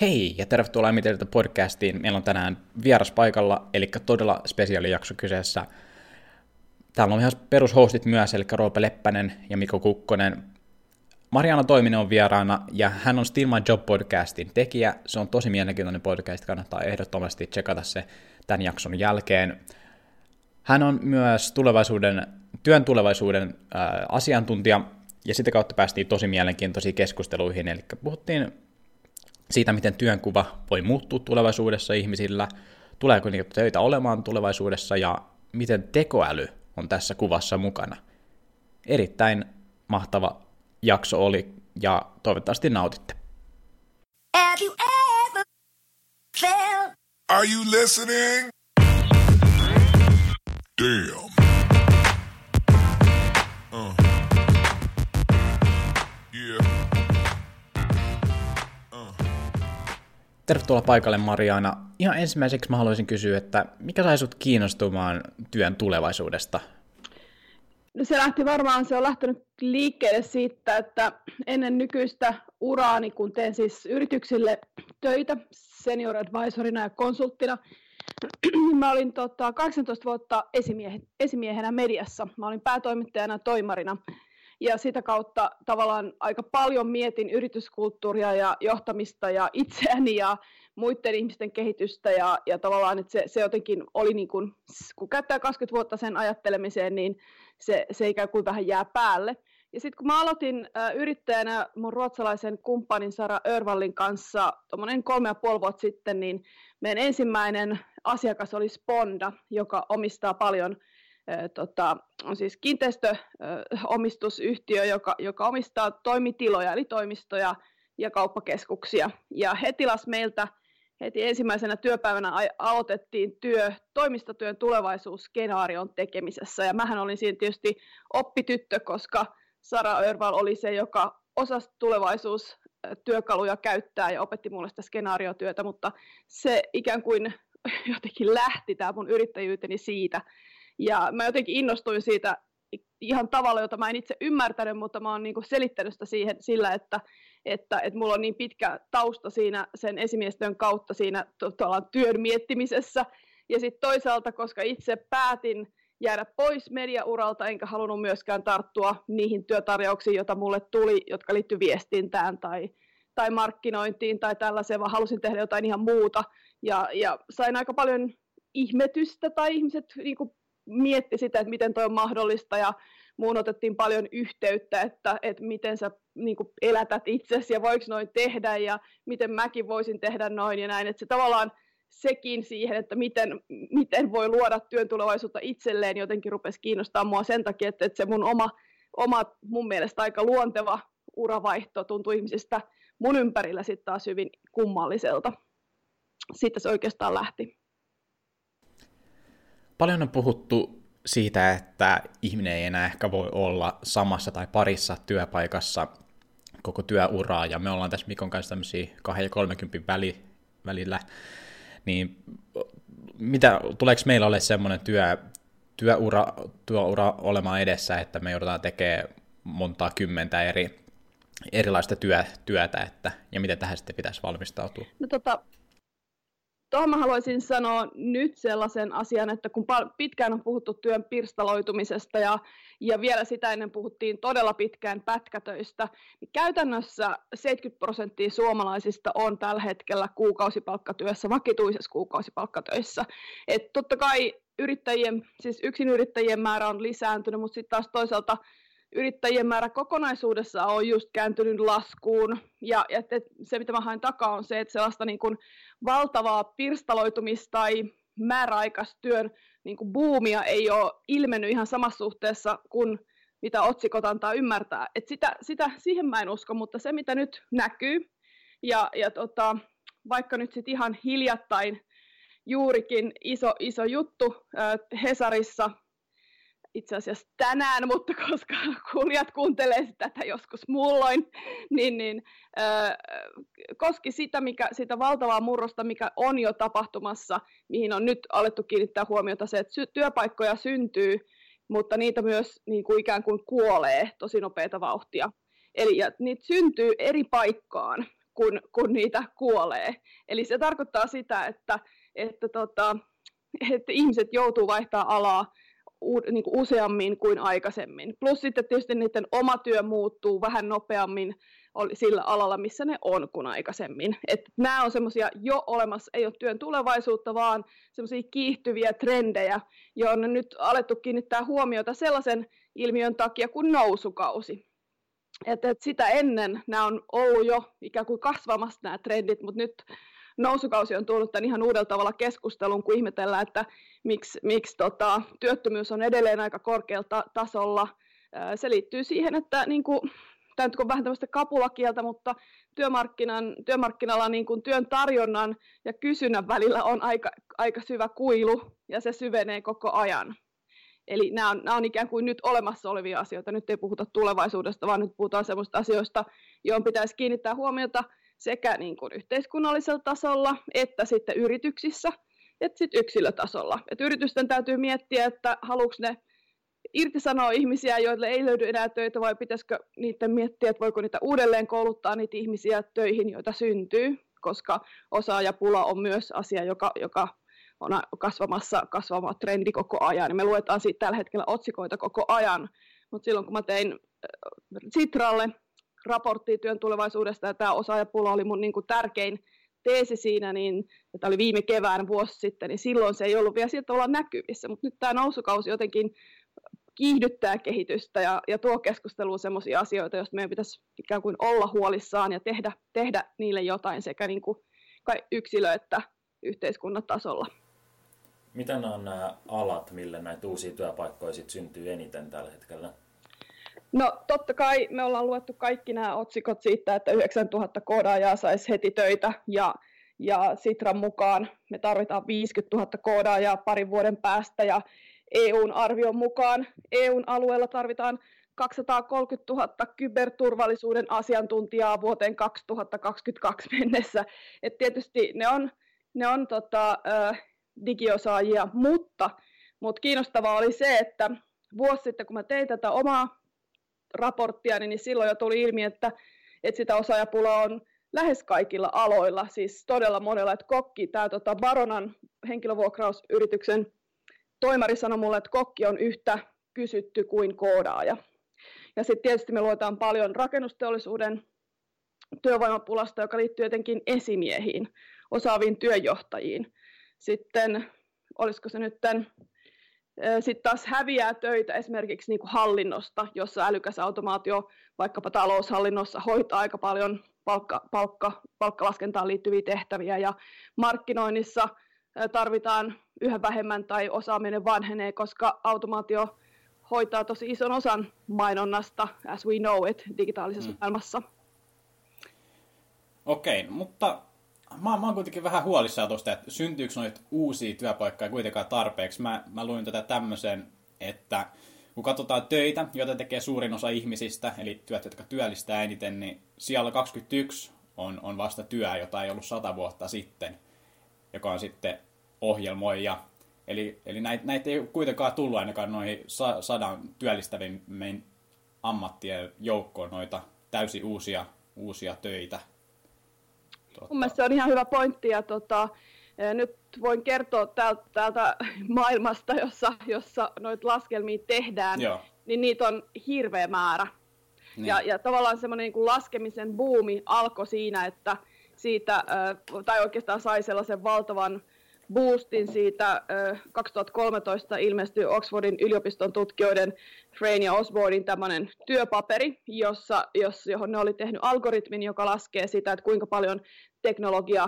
Hei ja tervetuloa Emiteltä podcastiin. Meillä on tänään vieras paikalla, eli todella spesiaalijakso kyseessä. Täällä on ihan perushostit myös, eli Roope Leppänen ja Mikko Kukkonen. Mariana Toiminen on vieraana ja hän on Still My Job podcastin tekijä. Se on tosi mielenkiintoinen podcast, kannattaa ehdottomasti tsekata se tämän jakson jälkeen. Hän on myös työn tulevaisuuden asiantuntija ja sitä kautta päästiin tosi mielenkiintoisiin keskusteluihin, eli puhuttiin siitä, miten työnkuva voi muuttua tulevaisuudessa ihmisillä, tuleeko niitä töitä olemaan tulevaisuudessa ja miten tekoäly on tässä kuvassa mukana. Erittäin mahtava jakso oli ja toivottavasti nautitte. Have you ever felt? Are you listening? Damn. Yeah. Tervetuloa paikalle, Mariana. Ihan ensimmäiseksi mä haluaisin kysyä, että mikä sai sut kiinnostumaan työn tulevaisuudesta? No se on lähtenyt liikkeelle siitä, että ennen nykyistä uraani, kun teen siis yrityksille töitä senior advisorina ja konsulttina, niin mä olin 18 vuotta esimiehenä mediassa. Mä olin päätoimittajana toimarina ja sitä kautta tavallaan aika paljon mietin yrityskulttuuria ja johtamista ja itseäni ja muiden ihmisten kehitystä ja tavallaan, että se jotenkin oli niin kuin, kun käyttää 20 vuotta sen ajattelemiseen, niin se ikään kuin vähän jää päälle. Ja sitten kun mä aloitin yrittäjänä mun ruotsalaisen kumppanin Sara Örvallin kanssa 3,5 vuotta sitten, niin meidän ensimmäinen asiakas oli Sponda, joka omistaa paljon, on siis kiinteistöomistusyhtiö, joka omistaa toimitiloja eli toimistoja ja kauppakeskuksia. Ja he tilasi meiltä heti ensimmäisenä työpäivänä aloitettiin toimistotyön tulevaisuusskenaarion tekemisessä. Ja mähän olin siinä tietysti oppityttö, koska Sara Örval oli se, joka osasi tulevaisuustyökaluja käyttää ja opetti mulle sitä skenaariotyötä, mutta se ikään kuin jotenkin lähti tämä mun yrittäjyyteni siitä. Ja mä jotenkin innostuin siitä ihan tavalla, jota mä en itse ymmärtänyt, mutta mä oon niinku selittänyt sitä sillä, että mulla on niin pitkä tausta siinä sen esimiestyön kautta siinä työn miettimisessä. Ja sitten toisaalta, koska itse päätin jäädä pois mediauralta, enkä halunnut myöskään tarttua niihin työtarjouksiin, joita mulle tuli, jotka liittyy viestintään tai markkinointiin tai tällaiseen, vaan halusin tehdä jotain ihan muuta. Ja sain aika paljon ihmetystä tai ihmiset niinku mietti sitä, että miten toi on mahdollista ja muun otettiin paljon yhteyttä, että miten sä niin kuin elätät itsesi ja voiko noin tehdä ja miten mäkin voisin tehdä noin ja näin. Että se tavallaan sekin siihen, että miten voi luoda työn tulevaisuutta itselleen jotenkin rupesi kiinnostaa mua sen takia, että se mun mielestä aika luonteva uravaihto tuntui ihmisistä mun ympärillä sitten taas hyvin kummalliselta. Siitä se oikeastaan lähti. Paljon on puhuttu siitä, että ihminen ei enää ehkä voi olla samassa tai parissa työpaikassa koko työuraa, ja me ollaan tässä Mikon kanssa tämmöisiä 2 ja 30 välillä, niin tuleeko meillä ole semmoinen työura olemaan edessä, että me joudutaan tekemään montaa kymmentä erilaista työtä, ja miten tähän sitten pitäisi valmistautua? No tuohon mä haluaisin sanoa nyt sellaisen asian, että kun pitkään on puhuttu työn pirstaloitumisesta ja vielä sitä ennen puhuttiin todella pitkään pätkätöistä, niin käytännössä 70% suomalaisista on tällä hetkellä kuukausipalkkatyössä, vakituisessa kuukausipalkkatöissä. Et totta kai yksinyrittäjien määrä on lisääntynyt, mutta sitten taas toisaalta yrittäjien määrä kokonaisuudessa on just kääntynyt laskuun ja se mitä mä haen takaa on se, että sellaista niin kuin valtavaa pirstaloitumista tai määräaikaistyön niin kuin buumia ei ole ilmennyt ihan samassa suhteessa kuin mitä otsikot antaa ymmärtää. Et siihen mä en usko, mutta se mitä nyt näkyy ja vaikka nyt sitten ihan hiljattain juurikin iso juttu Hesarissa, itse asiassa tänään, mutta koska kuulijat kuuntelee tätä joskus muulloin, niin koski sitä valtavaa murrosta, mikä on jo tapahtumassa, mihin on nyt alettu kiinnittää huomiota se, että työpaikkoja syntyy, mutta niitä myös niin kuin ikään kuin kuolee tosi nopeata vauhtia. Eli niitä syntyy eri paikkaan kun niitä kuolee. Eli se tarkoittaa sitä, että ihmiset joutuu vaihtaa alaa niin kuin useammin kuin aikaisemmin. Plus sitten tietysti niiden oma työ muuttuu vähän nopeammin sillä alalla, missä ne on kuin aikaisemmin. Että nämä on semmoisia jo olemassa, ei ole työn tulevaisuutta, vaan semmoisia kiihtyviä trendejä, joihin on nyt alettu kiinnittää huomiota sellaisen ilmiön takia kuin nousukausi. Että sitä ennen nämä on ollut jo ikään kuin kasvamassa nämä trendit, mutta nyt nousukausi on tullut tämän ihan uudella tavalla keskusteluun, kun ihmetellään, että miksi työttömyys on edelleen aika korkealla tasolla. Se liittyy siihen, että niin kuin, tämä nyt on vähän tämmöistä kapulakieltä, mutta työmarkkinalla niin kuin työn tarjonnan ja kysynnän välillä on aika syvä kuilu, ja se syvenee koko ajan. Eli nämä on ikään kuin nyt olemassa olevia asioita. Nyt ei puhuta tulevaisuudesta, vaan nyt puhutaan sellaisista asioista, joihin pitäisi kiinnittää huomiota sekä niin kuin yhteiskunnallisella tasolla, että sitten yrityksissä, että sitten yksilötasolla. Et yritysten täytyy miettiä, että haluatko ne irtisanoa ihmisiä, joille ei löydy enää töitä, vai pitäisikö niiden miettiä, että voiko niitä uudelleen kouluttaa niitä ihmisiä töihin, joita syntyy, koska osaajapula on myös asia, joka on kasvama trendi koko ajan. Me luetaan siitä tällä hetkellä otsikoita koko ajan, mutta silloin kun mä tein Sitralle raporttia työn tulevaisuudesta, ja tämä osaajapula oli mun niin kuin tärkein teesi siinä, niin tämä oli viime kevään vuosi sitten, niin silloin se ei ollut vielä sieltä olla näkyvissä, mutta nyt tämä nousukausi jotenkin kiihdyttää kehitystä ja tuo keskusteluun sellaisia asioita, joista meidän pitäisi ikään kuin olla huolissaan ja tehdä niille jotain sekä niin kuin yksilö- että yhteiskunnan tasolla. Mitä nämä alat, millä näitä uusia työpaikkoja sit syntyy eniten tällä hetkellä? No totta kai me ollaan luettu kaikki nämä otsikot siitä, että 9000 koodaajaa saisi heti töitä ja Sitran mukaan me tarvitaan 50 000 koodaajaa parin vuoden päästä ja EUn arvion mukaan EUn alueella tarvitaan 230 000 kyberturvallisuuden asiantuntijaa vuoteen 2022 mennessä. Et tietysti ne on digiosaajia, mutta kiinnostavaa oli se, että vuosi sitten kun mä tein tätä omaa raporttia, niin silloin jo tuli ilmi, että sitä osaajapulaa on lähes kaikilla aloilla, siis todella monella, että kokki, tämä Baronan henkilövuokrausyrityksen toimari sanoi mulle, että kokki on yhtä kysytty kuin koodaaja. Ja sitten tietysti me luetaan paljon rakennusteollisuuden työvoimapulasta, joka liittyy jotenkin esimiehiin, osaaviin työnjohtajiin. Sitten, olisiko se nyt sitten taas häviää töitä esimerkiksi niin kuin hallinnosta, jossa älykäs automaatio vaikkapa taloushallinnossa hoitaa aika paljon palkkalaskentaan liittyviä tehtäviä ja markkinoinnissa tarvitaan yhä vähemmän tai osaaminen vanhenee, koska automaatio hoitaa tosi ison osan mainonnasta, as we know it, digitaalisessa maailmassa. Okei, mutta mä oon kuitenkin vähän huolissaan tuosta, että syntyykö noita uusia työpaikkoja kuitenkaan tarpeeksi. Mä luin tätä tämmöisen, että kun katsotaan töitä, joita tekee suurin osa ihmisistä, eli työt, jotka työllistää eniten, niin siellä 21 on vasta työ, jota ei ollut 100 vuotta sitten, joka on sitten ohjelmoija. Eli näitä ei kuitenkaan tullut ainakaan noihin 100 työllistävimmän ammattien joukkoon noita täysin uusia töitä. Mun mielestä se on ihan hyvä pointti, ja nyt voin kertoa täältä maailmasta, jossa noita laskelmia tehdään, niin niitä on hirveä määrä. Niin. Ja tavallaan semmoinen niin kuin laskemisen buumi alkoi siinä, että siitä, tai oikeastaan sai sellaisen valtavan boostin siitä 2013 ilmestyi Oxfordin yliopiston tutkijoiden Frayne ja Osbornein tämmöinen työpaperi, johon ne oli tehnyt algoritmin, joka laskee sitä, että kuinka paljon teknologia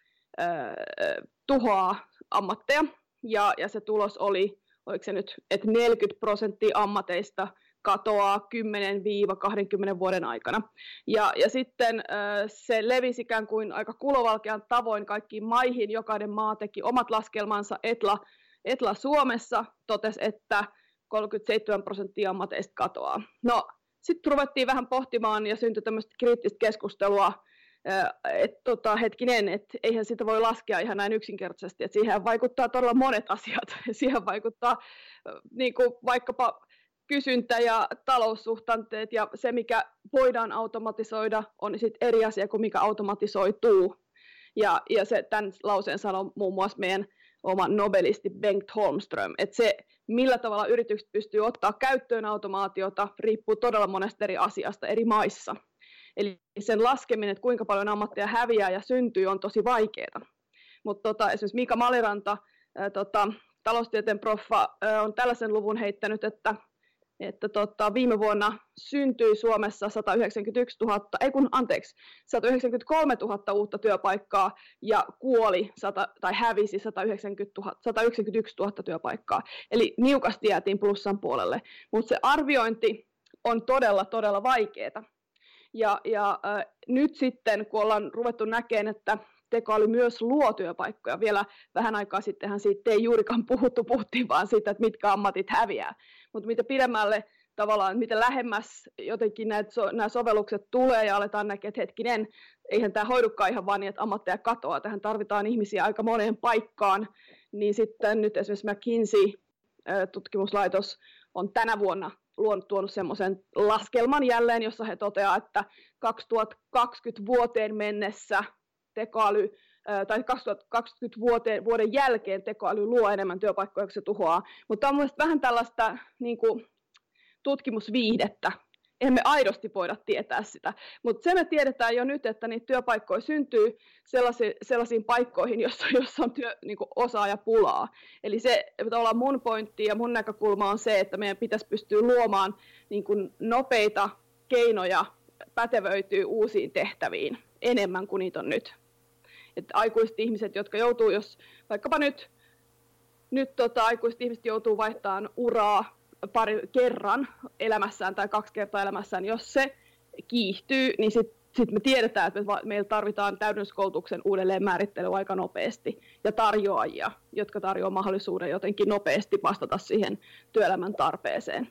tuhoaa ammatteja. Ja se tulos oli, oliko se nyt, että 40% ammateista katoaa 10-20 vuoden aikana. Ja sitten se levisi ikään kuin aika kulovalkean tavoin kaikkiin maihin. Jokainen maa teki omat laskelmansa. Etla Suomessa totesi, että 37% ammateista katoaa. No, sitten ruvettiin vähän pohtimaan ja syntyi tämmöistä kriittistä keskustelua, että hetkinen, että eihän sitä voi laskea ihan näin yksinkertaisesti, että siihen vaikuttaa todella monet asiat. Siihen vaikuttaa niin kuin vaikkapa kysyntä ja taloussuhtanteet ja se, mikä voidaan automatisoida, on sitten eri asia kuin mikä automatisoituu. Ja tämän lauseen sanoi muun muassa meidän oma nobelisti Bengt Holmström, että se, millä tavalla yritykset pystyy ottaa käyttöön automaatiota, riippuu todella monesta eri asiasta eri maissa. Eli sen laskeminen, että kuinka paljon ammatteja häviää ja syntyy, on tosi vaikeaa. Mutta esimerkiksi Mika Maliranta, taloustieteen proffa, on tällaisen luvun heittänyt, että viime vuonna syntyi Suomessa 193 000 uutta työpaikkaa ja kuoli hävisi 191 000 työpaikkaa. Eli niukasti jäätiin plussan puolelle. Mutta se arviointi on todella, todella vaikeaa. Ja nyt sitten, kun ollaan ruvettu näkemään, että tekoäly myös luo työpaikkoja. Vielä vähän aikaa sittenhän siitä ei juurikaan puhuttiin vaan siitä, että mitkä ammatit häviää. Mutta mitä pidemmälle tavallaan, mitä lähemmäs jotenkin nämä sovellukset tulee ja aletaan näkemään, että hetkinen, eihän tämä hoidukaan ihan vaan niin, että ammatteja katoaa. Tähän tarvitaan ihmisiä aika moneen paikkaan. Niin sitten nyt esimerkiksi McKinsey-tutkimuslaitos on tänä vuonna tuonut semmoisen laskelman jälleen, jossa he toteavat, että 2020 vuoteen mennessä tekoäly, tai 2020 vuoden jälkeen tekoäly luo enemmän työpaikkoja, kun se tuhoaa. Mutta on mielestäni vähän tällaista niin kuin tutkimusviihdettä. Eihän me aidosti voida tietää sitä. Mutta se me tiedetään jo nyt, että niitä työpaikkoja syntyy sellaisiin paikkoihin, jossa on niin kuin osaajapulaa. Eli se tavallaan mun pointti ja mun näkökulma on se, että meidän pitäisi pystyä luomaan niin kuin nopeita keinoja pätevöityy uusiin tehtäviin enemmän kuin niitä on nyt. Että aikuiset ihmiset, jotka joutuu, jos vaikkapa nyt aikuiset ihmiset joutuu vaihtamaan uraa kerran elämässään tai 2 kertaa elämässään, jos se kiihtyy, niin sitten me tiedetään, että meillä tarvitaan täydennyskoulutuksen uudelleen määrittely aika nopeasti ja tarjoajia, jotka tarjoavat mahdollisuuden jotenkin nopeasti vastata siihen työelämän tarpeeseen.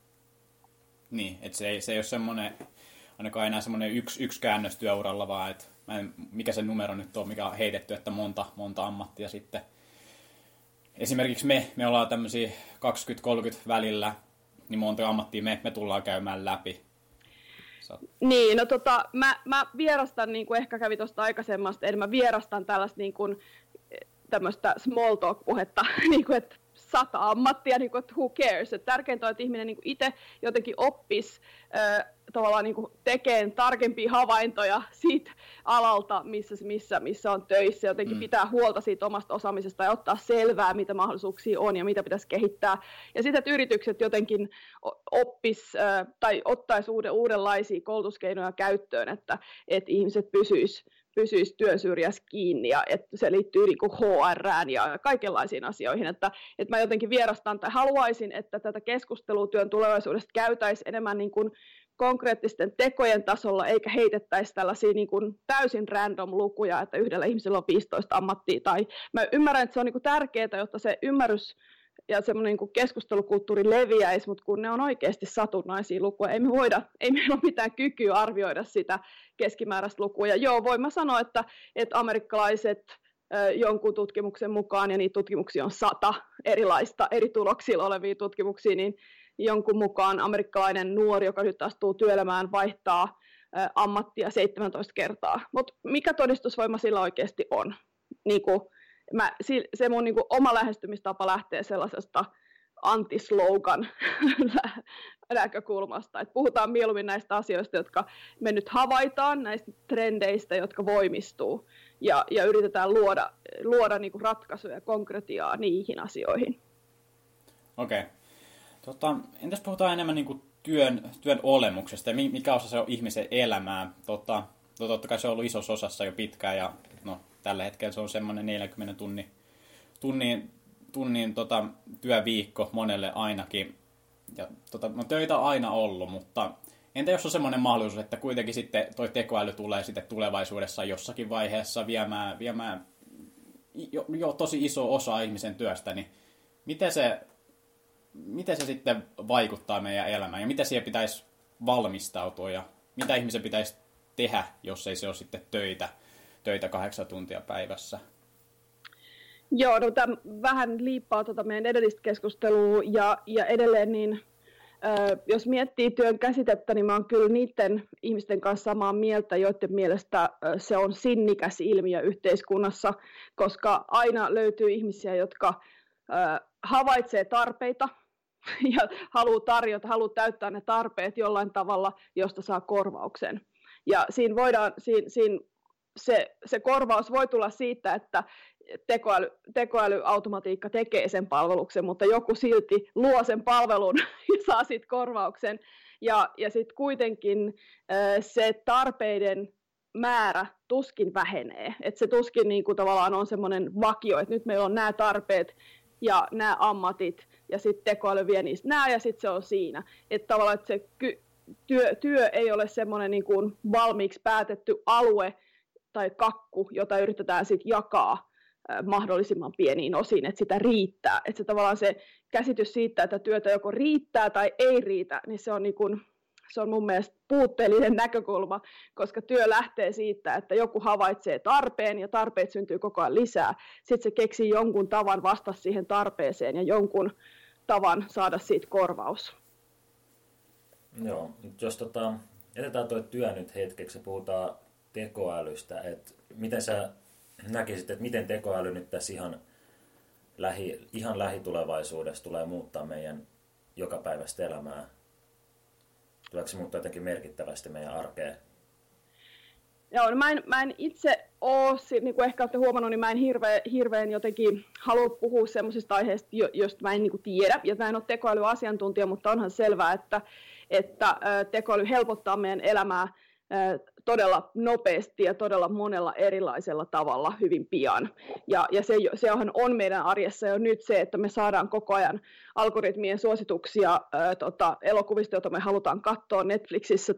Niin, että se ei ole semmoinen, ainakaan enää semmoinen yksi käännös työuralla, vaan että mikä se numero nyt on, mikä on heitetty, että monta ammattia sitten. Esimerkiksi me ollaan tämmöisiä 20-30 välillä, niin monta ammattia me tullaan käymään läpi. Niin, no mä vierastan, niin kuin ehkä kävi tuosta aikaisemmasta, eli mä vierastan tällaista niin kuin, tämmöistä small talk-puhetta, niin kuin, että 100 ammattia, niin kuin, että who cares. Että tärkeintä on, että ihminen niin kuin itse jotenkin oppisi tavallaan niin kuin tekemään tarkempia havaintoja siitä alalta, missä on töissä. Jotenkin pitää huolta siitä omasta osaamisesta ja ottaa selvää, mitä mahdollisuuksia on ja mitä pitäisi kehittää. Ja sitten, että yritykset jotenkin oppis tai ottaisi uudenlaisia koulutuskeinoja käyttöön, että ihmiset pysyisi työn syrjässä kiinni ja että se liittyy niin kuin HR:ään ja kaikenlaisiin asioihin. Että mä jotenkin vierastan tai haluaisin, että tätä keskustelua työn tulevaisuudesta käytäisiin enemmän niin kuin konkreettisten tekojen tasolla, eikä heitettäisi tällaisia niin kuin täysin random lukuja, että yhdellä ihmisellä on 15 ammattia. Tai mä ymmärrän, että se on niin kuin tärkeää, jotta se ymmärrys ja semmoinen niin keskustelukulttuuri leviäisi, mutta kun ne on oikeasti satunnaisia lukuja, ei meillä ole mitään kykyä arvioida sitä keskimääräistä lukua. Ja joo, voin mä sanoa, että amerikkalaiset jonkun tutkimuksen mukaan, ja niitä tutkimuksia on 100 erilaista eri tuloksilla olevia tutkimuksia, niin jonkun mukaan amerikkalainen nuori, joka nyt astuu työelämään, vaihtaa ammattia 17 kertaa. Mutta mikä todistusvoima sillä oikeasti on? Se mun oma lähestymistapa lähtee sellaisesta anti-slogan näkökulmasta. Et puhutaan mieluummin näistä asioista, jotka me nyt havaitaan, näistä trendeistä, jotka voimistuu, ja yritetään luoda niinku ratkaisuja ja konkretiaa niihin asioihin. Okei. Entäs puhutaan enemmän niinku työn olemuksesta ja mikä osa se on ihmisen elämää? Totta kai se on ollut isossa osassa jo pitkään ja no, tällä hetkellä se on semmoinen 40 tunnin työviikko monelle ainakin. Ja no, töitä on aina ollut, mutta entä jos on semmoinen mahdollisuus, että kuitenkin sitten toi tekoäly tulee sitten tulevaisuudessa jossakin vaiheessa viemään jo tosi iso osa ihmisen työstä, niin miten se sitten vaikuttaa meidän elämään ja mitä siihen pitäisi valmistautua ja mitä ihmisen pitäisi tehdä, jos ei se ole sitten töitä 8 tuntia päivässä? Joo, no tämä vähän liippaa meidän edellistä keskustelua ja edelleen niin Jos miettii työn käsitettä, niin mä oon kyllä niiden ihmisten kanssa samaa mieltä, joiden mielestä se on sinnikäs ilmiö yhteiskunnassa, koska aina löytyy ihmisiä, jotka havaitsee tarpeita ja haluaa täyttää ne tarpeet jollain tavalla, josta saa korvauksen. Ja se korvaus voi tulla siitä, että tekoälyautomatiikka tekee sen palveluksen, mutta joku silti luo sen palvelun ja saa siitä korvauksen. Ja sitten kuitenkin se tarpeiden määrä tuskin vähenee. Et se tuskin niin kuin tavallaan on semmoinen vakio, että nyt meillä on nämä tarpeet ja nämä ammatit, ja sitten tekoäly vie niistä nämä, ja sitten se on siinä. Että tavallaan että se työ ei ole semmoinen niin kuin valmiiksi päätetty alue tai kakku, jota yritetään sitten jakaa mahdollisimman pieniin osiin, että sitä riittää. Että se tavallaan se käsitys siitä, että työtä joko riittää tai ei riitä, niin se on, niin kuin, se on mun mielestä puutteellinen näkökulma, koska työ lähtee siitä, että joku havaitsee tarpeen ja tarpeet syntyy koko ajan lisää. Sitten se keksii jonkun tavan vastata siihen tarpeeseen ja jonkun tavan saada siitä korvaus. Joo, jos jätetään tuo työ nyt hetkeksi ja puhutaan tekoälystä, että miten sä näkisit, että miten tekoäly nyt tässä ihan lähitulevaisuudessa tulee muuttaa meidän jokapäiväistä elämää? Tuleeko se muuttaa jotenkin merkittävästi meidän arkeen? Joo, no mä en itse ole, niin kuin ehkä olette huomannut, niin mä en hirveän jotenkin halua puhua semmoisista aiheista, joista mä en niin kuin tiedä. Ja mä en ole tekoälyasiantuntija, mutta onhan selvää, että tekoäly helpottaa meidän elämää todella nopeasti ja todella monella erilaisella tavalla hyvin pian. Ja sehän on meidän arjessa jo nyt se, että me saadaan koko ajan algoritmien suosituksia elokuvista, joita me halutaan katsoa Netflixissä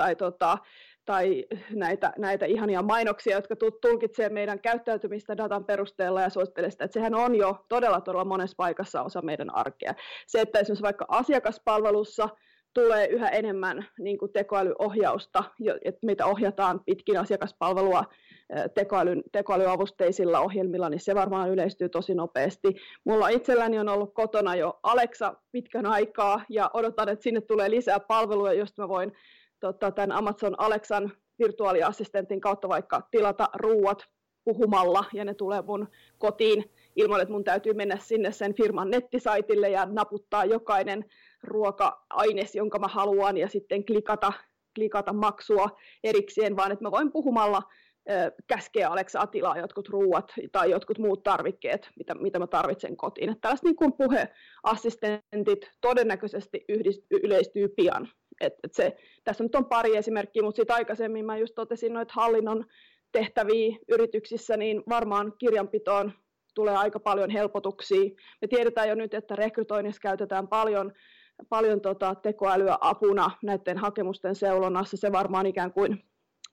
tai näitä ihania mainoksia, jotka tulkitsee meidän käyttäytymistä datan perusteella ja suosittelee sitä, että sehän on jo todella monessa paikassa osa meidän arkea. Se, että esimerkiksi vaikka asiakaspalvelussa tulee yhä enemmän niin kuin tekoälyohjausta, että meitä ohjataan pitkin asiakaspalvelua tekoälyavusteisilla ohjelmilla, niin se varmaan yleistyy tosi nopeasti. Mulla itselläni on ollut kotona jo Alexa pitkän aikaa, ja odotan, että sinne tulee lisää palveluja, josta mä voin tämän Amazon Alexan virtuaaliassistentin kautta vaikka tilata ruuat puhumalla, ja ne tulee mun kotiin ilman, että mun täytyy mennä sinne sen firman nettisaitille ja naputtaa jokainen ruoka-aines, jonka mä haluan, ja sitten klikata maksua erikseen, vaan että mä voin puhumalla käskeä Alexaa tilaa jotkut ruuat tai jotkut muut tarvikkeet, mitä mä tarvitsen kotiin. Että tällaiset niin kuin puheassistentit todennäköisesti yleistyy pian. Tässä nyt on pari esimerkkiä, mutta sitten aikaisemmin mä just totesin noita hallinnon tehtäviä yrityksissä, niin varmaan kirjanpitoon tulee aika paljon helpotuksia. Me tiedetään jo nyt, että rekrytoinnissa käytetään paljon tekoälyä apuna näiden hakemusten seulonnassa. Se varmaan ikään kuin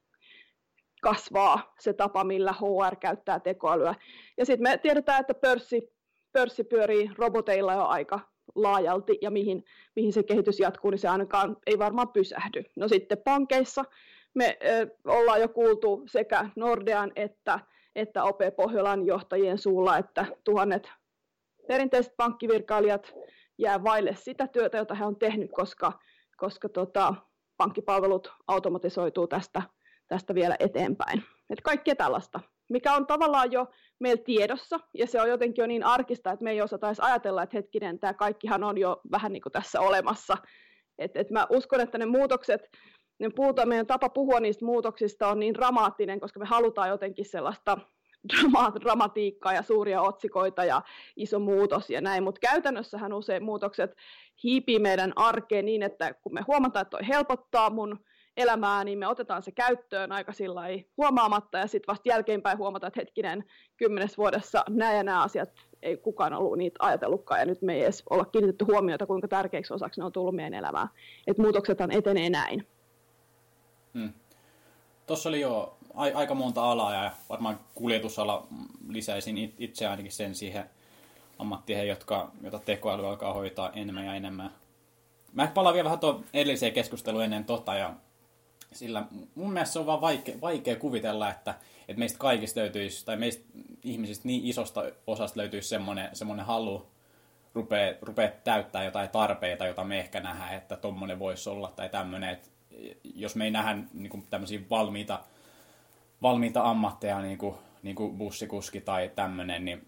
kasvaa se tapa, millä HR käyttää tekoälyä. Ja sitten me tiedetään, että pörssi pyörii roboteilla jo aika laajalti, ja mihin se kehitys jatkuu, niin se ainakaan ei varmaan pysähdy. No sitten pankeissa me ollaan jo kuultu sekä Nordean että OP Pohjolan johtajien suulla, että tuhannet perinteiset pankkivirkailijat jää vaille sitä työtä, jota he on tehnyt, koska pankkipalvelut automatisoituu tästä vielä eteenpäin. Et kaikkea tällaista, mikä on tavallaan jo meillä tiedossa, ja se on jotenkin jo niin arkista, että me ei osata edes ajatella, että hetkinen, tämä kaikkihan on jo vähän niin kuin tässä olemassa. Et mä uskon, että ne muutokset, meidän tapa puhua niistä muutoksista on niin dramaattinen, koska me halutaan jotenkin sellaista dramatiikkaa ja suuria otsikoita ja iso muutos ja näin, mutta käytännössähän usein muutokset hiipii meidän arkeen niin, että kun me huomataan, että toi helpottaa mun elämää, niin me otetaan se käyttöön aika sillai huomaamatta, ja sitten vasta jälkeenpäin huomataan, että hetkinen, 10 vuodessa nämä asiat ei kukaan ollut niitä ajatellutkaan, ja nyt me ei edes olla kiinnitetty huomiota, kuinka tärkeäksi osaksi ne on tullut meidän elämää. Että muutoksethan etenee näin. Tuossa oli jo aika monta alaa, ja varmaan kuljetusala lisäisin itse ainakin sen siihen ammattiin, jota tekoäly alkaa hoitaa enemmän ja enemmän. Mä palaan vielä vähän tuon edelliseen keskusteluun ennen ja sillä mun mielestä se on vaan vaikea kuvitella, että meistä kaikista löytyisi, tai meistä ihmisistä niin isosta osasta löytyisi semmoinen halu rupeaa täyttää jotain tarpeita, jota me ehkä nähdään, että tommonen voisi olla tai tämmöinen. Että jos me ei nähdä niin kuin tämmöisiä valmiita ammatteja, niin kuin bussikuski tai tämmöinen, niin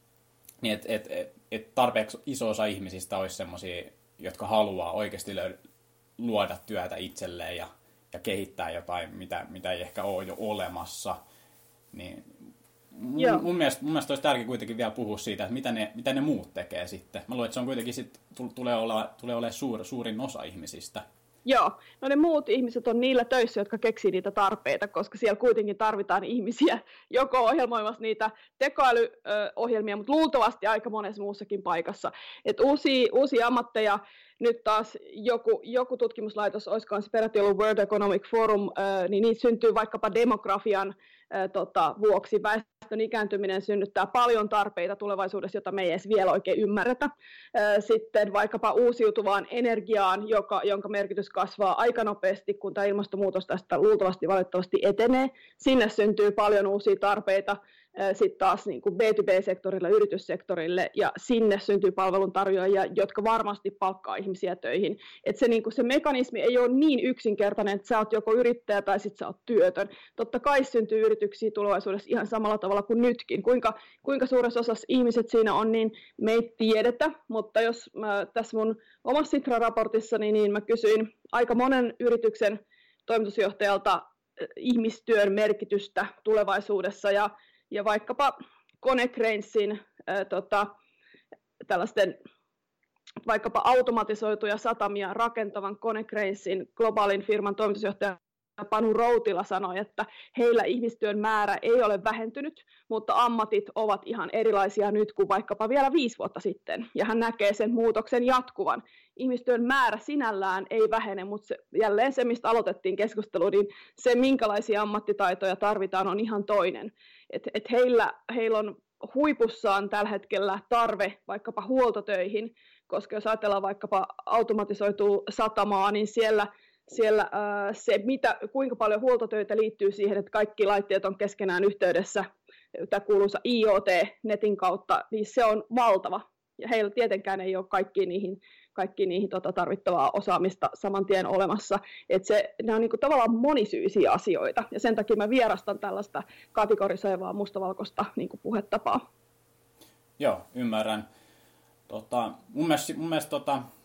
et tarpeeksi iso osa ihmisistä olisi semmoisia, jotka haluaa oikeasti luoda työtä itselleen ja kehittää jotain, mitä ei ehkä ole jo olemassa. Niin mun mielestä olisi tärkeää kuitenkin vielä puhua siitä, että mitä ne muut tekee sitten. Mä luulen, että se on kuitenkin tulee olemaan suurin osa ihmisistä. Joo, no ne muut ihmiset on niillä töissä, jotka keksii niitä tarpeita, koska siellä kuitenkin tarvitaan ihmisiä joko ohjelmoimassa niitä tekoälyohjelmia, mutta luultavasti aika monessa muussakin paikassa. Et uusia ammatteja, nyt taas joku tutkimuslaitos, olisikohan se peräti ollut World Economic Forum, niin niitä syntyy vaikkapa demografian vuoksi. Väestön ikääntyminen synnyttää paljon tarpeita tulevaisuudessa, jota me ei edes vielä oikein ymmärretä. Sitten vaikkapa uusiutuvaan energiaan, jonka merkitys kasvaa aika nopeasti, kun tämä ilmastonmuutos tästä luultavasti valitettavasti etenee. Sinne syntyy paljon uusia tarpeita. Sitten taas niin kuin B2B-sektorille, yrityssektorille, ja sinne syntyy palveluntarjoajia, jotka varmasti palkkaa ihmisiä töihin. Että se mekanismi ei ole niin yksinkertainen, että sä oot joko yrittäjä tai sitten sä oot työtön. Totta kai syntyy yrityksiä tulevaisuudessa ihan samalla tavalla kuin nytkin. Kuinka suuressa osassa ihmiset siinä on, niin me ei tiedetä, mutta jos tässä mun omassa Sitra-raportissani, niin mä kysyin aika monen yrityksen toimitusjohtajalta ihmistyön merkitystä tulevaisuudessa, ja vaikkapa Konecranesin tällaisten vaikkapa automatisoituja satamia rakentavan Konecranesin globaalin firman toimitusjohtaja Panu Routila sanoi, että heillä ihmistyön määrä ei ole vähentynyt, mutta ammatit ovat ihan erilaisia nyt kuin vaikkapa vielä 5 vuotta sitten. Ja hän näkee sen muutoksen jatkuvan. Ihmistyön määrä sinällään ei vähene, mutta jälleen se, mistä aloitettiin keskustelu, niin se, minkälaisia ammattitaitoja tarvitaan, on ihan toinen. Et heillä on huipussaan tällä hetkellä tarve vaikkapa huoltotöihin, koska jos ajatellaan vaikkapa automatisoitua satamaa, niin siellä se, kuinka paljon huoltotöitä liittyy siihen, että kaikki laitteet on keskenään yhteydessä, tämä kuuluisa IoT netin kautta, niin se on valtava. Ja heillä tietenkään ei ole kaikkiin niihin tarvittavaa osaamista saman tien olemassa. Nämä on tavallaan monisyisiä asioita, ja sen takia mä vierastan tällaista kategorisoivaa mustavalkoista puhetapaa. Joo, ymmärrän. Mun mielestä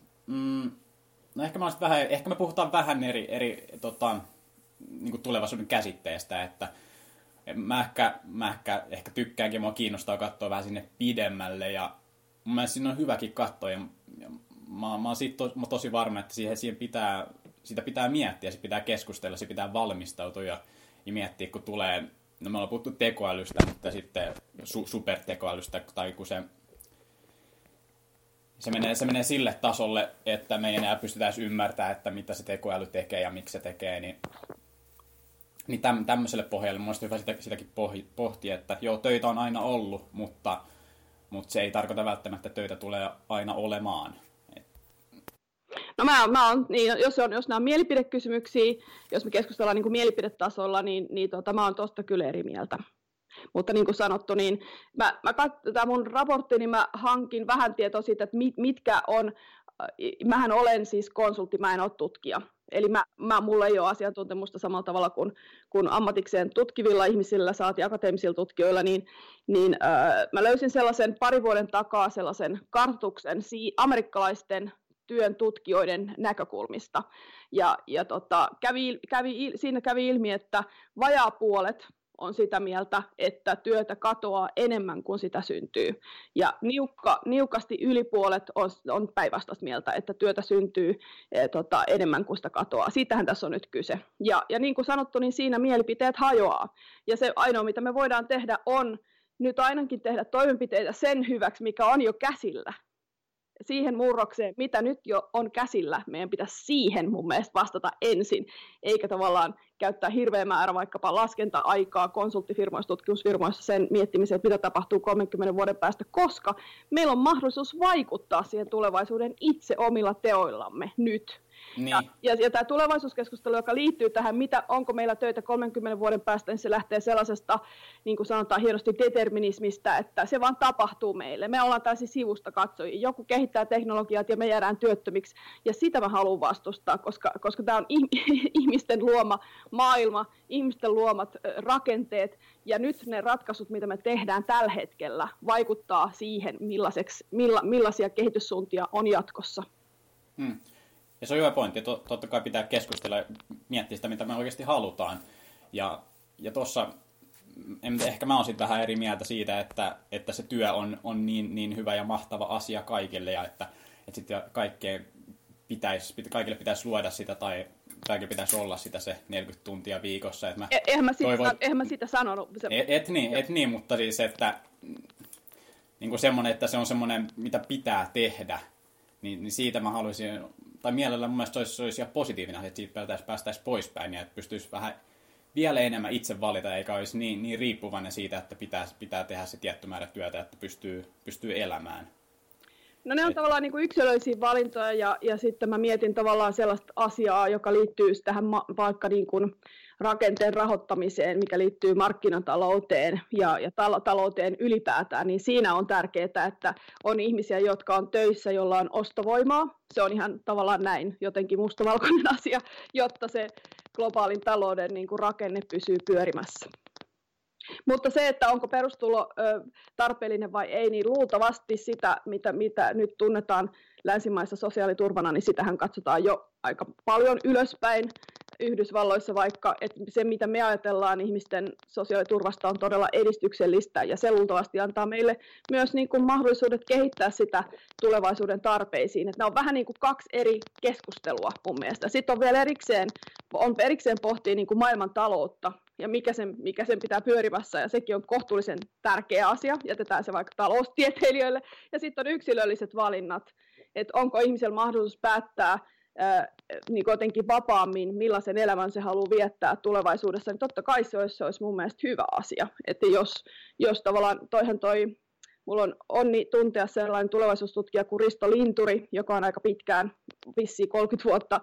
no ehkä me puhutaan vähän eri niin tulevaisuuden käsitteestä, että mä ehkä tykkäänkin, mua kiinnostaa katsoa vähän sinne pidemmälle, ja mun mielestä siinä on hyväkin katsoa, ja mä oon siitä tosi varma, että sitä pitää miettiä, sitä pitää keskustella, sitä pitää valmistautua ja miettiä, kun tulee, no me ollaan puhuttu tekoälystä, mutta sitten supertekoälystä, tai kun se menee sille tasolle, että me ei enää pystytään ymmärtämään, että mitä se tekoäly tekee ja miksi se tekee, niin tämmöiselle pohjalle mun mielestä hyvä sitäkin pohtia, että joo, töitä on aina ollut, mutta se ei tarkoita välttämättä, että töitä tulee aina olemaan. No mä on, niin jos nämä on mielipidekysymyksiä, jos me keskustellaan niin kuin mielipidetasolla, niin mä oon tosta kyllä eri mieltä. Mutta niin kuin sanottu, niin tämä mun raportti, niin mä hankin vähän tietoa siitä, että mitkä on, mähän olen siis konsultti, mä en ole tutkija. Eli mulla ei ole asiantuntemusta samalla tavalla kuin ammatikseen tutkivilla ihmisillä, saati akateemisilla tutkijoilla, niin mä löysin sellaisen 2 vuoden takaa sellaisen kartoituksen amerikkalaisten työn tutkijoiden näkökulmista. Siinä kävi ilmi, että vajaa puolet on sitä mieltä, että työtä katoaa enemmän kuin sitä syntyy. Ja niukasti yli puolet on päinvastaista mieltä, että työtä syntyy enemmän kuin sitä katoaa. Siitähän tässä on nyt kyse. Ja niin kuin sanottu, niin siinä mielipiteet hajoaa. Ja se ainoa, mitä me voidaan tehdä, on nyt ainakin tehdä toimenpiteitä sen hyväksi, mikä on jo käsillä. Siihen murrokseen, mitä nyt jo on käsillä, meidän pitäisi siihen mun mielestä vastata ensin, eikä tavallaan käyttää hirveä määrä vaikkapa laskenta-aikaa konsulttifirmoissa, tutkimusfirmoissa sen miettimiseen, että mitä tapahtuu 30 vuoden päästä, koska meillä on mahdollisuus vaikuttaa siihen tulevaisuuden itse omilla teoillamme nyt. Niin. Ja tämä tulevaisuuskeskustelu, joka liittyy tähän, onko meillä töitä 30 vuoden päästä, niin se lähtee sellaisesta, niin kuin sanotaan hienosti, determinismista, että se vaan tapahtuu meille. Me ollaan täysin sivusta katsojia. Joku kehittää teknologiat ja me jäädään työttömiksi. Ja sitä mä haluan vastustaa, koska tämä on ihmisten luoma maailma, ihmisten luomat rakenteet. Ja nyt ne ratkaisut, mitä me tehdään tällä hetkellä, vaikuttaa siihen, millaisia kehityssuuntia on jatkossa. Ja se on hyvä pointti. Totta kai pitää keskustella ja miettiä sitä, mitä me oikeasti halutaan. Ja tuossa ehkä mä oon sitten vähän eri mieltä siitä, että se työ on niin hyvä ja mahtava asia kaikille, ja että sitten kaikille pitäisi luoda sitä, tai kaikille pitäisi olla sitä se 40 tuntia viikossa. Eihän mä sitä sanonut. Et niin, mutta siis, että niin semmoinen, että se on semmoinen, mitä pitää tehdä, niin siitä mä haluaisin, tai mielellä mun mielestä se olisi ihan positiivinen, että siitä päästäisiin poispäin, ja että pystyisi vähän vielä enemmän itse valita, eikä olisi niin riippuvainen siitä, että pitää tehdä se tietty määrä työtä, että pystyy elämään. No ne on tavallaan niin kuin yksilöllisiä valintoja, ja sitten mä mietin tavallaan sellaista asiaa, joka liittyy tähän vaikka niin kuin rakenteen rahoittamiseen, mikä liittyy markkinatalouteen ja talouteen ylipäätään, niin siinä on tärkeää, että on ihmisiä, jotka on töissä, jolla on ostovoimaa. Se on ihan tavallaan näin jotenkin mustavalkoinen asia, jotta se globaalin talouden niin kuin rakenne pysyy pyörimässä. Mutta se, että onko perustulo tarpeellinen vai ei, niin luultavasti sitä, mitä nyt tunnetaan länsimaissa sosiaaliturvana, niin sitähän katsotaan jo aika paljon ylöspäin Yhdysvalloissa, vaikka että se, mitä me ajatellaan ihmisten sosiaaliturvasta, on todella edistyksellistä, ja se luultavasti antaa meille myös niin kuin mahdollisuudet kehittää sitä tulevaisuuden tarpeisiin. Että nämä on vähän niin kuin kaksi eri keskustelua mun mielestä. Sitten on vielä erikseen pohtia niin kuin maailman taloutta, ja mikä sen pitää pyörimässä, ja sekin on kohtuullisen tärkeä asia, jätetään se vaikka taloustieteilijöille, ja sitten on yksilölliset valinnat, että onko ihmisellä mahdollisuus päättää niin jotenkin vapaammin, millaisen elämän se haluaa viettää tulevaisuudessa, niin totta kai se olisi mun mielestä hyvä asia, että jos tavallaan mulla on onni tuntea sellainen tulevaisuustutkija kuin Risto Linturi, joka on aika pitkään, vissiin 30 vuotta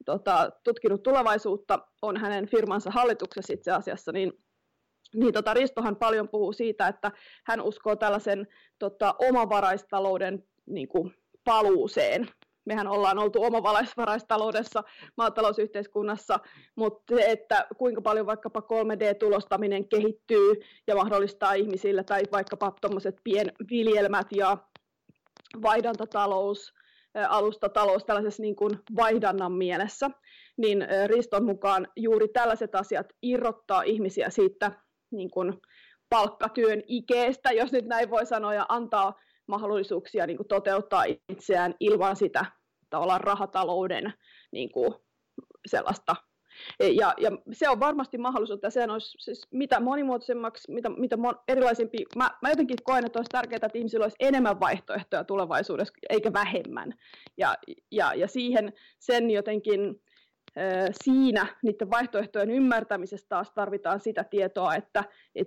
tutkinut tulevaisuutta, on hänen firmansa hallituksessa itse asiassa, niin Ristohan paljon puhuu siitä, että hän uskoo tällaisen omavaraistalouden niin kuin paluuseen. Mehän ollaan oltu omavaraistaloudessa, maatalousyhteiskunnassa, mutta se, että kuinka paljon vaikkapa 3D-tulostaminen kehittyy ja mahdollistaa ihmisille, tai vaikkapa tuommoiset pienviljelmät ja vaihdantatalous, alustatalous tällaisessa niin kuin vaihdannan mielessä, niin Riston mukaan juuri tällaiset asiat irrottaa ihmisiä siitä niin kuin palkkatyön ikeestä, jos nyt näin voi sanoa, ja antaa mahdollisuuksia niin kuin toteuttaa itseään ilman sitä tavallaan rahatalouden niin kuin sellaista. Ja se on varmasti mahdollisuutta, ja sehän olisi siis mitä monimuotoisemmaksi, mitä erilaisempi. Mä jotenkin koen, että olisi tärkeää, että ihmisillä olisi enemmän vaihtoehtoja tulevaisuudessa, eikä vähemmän. Ja siihen sen jotenkin siinä niiden vaihtoehtojen ymmärtämisessä taas tarvitaan sitä tietoa, että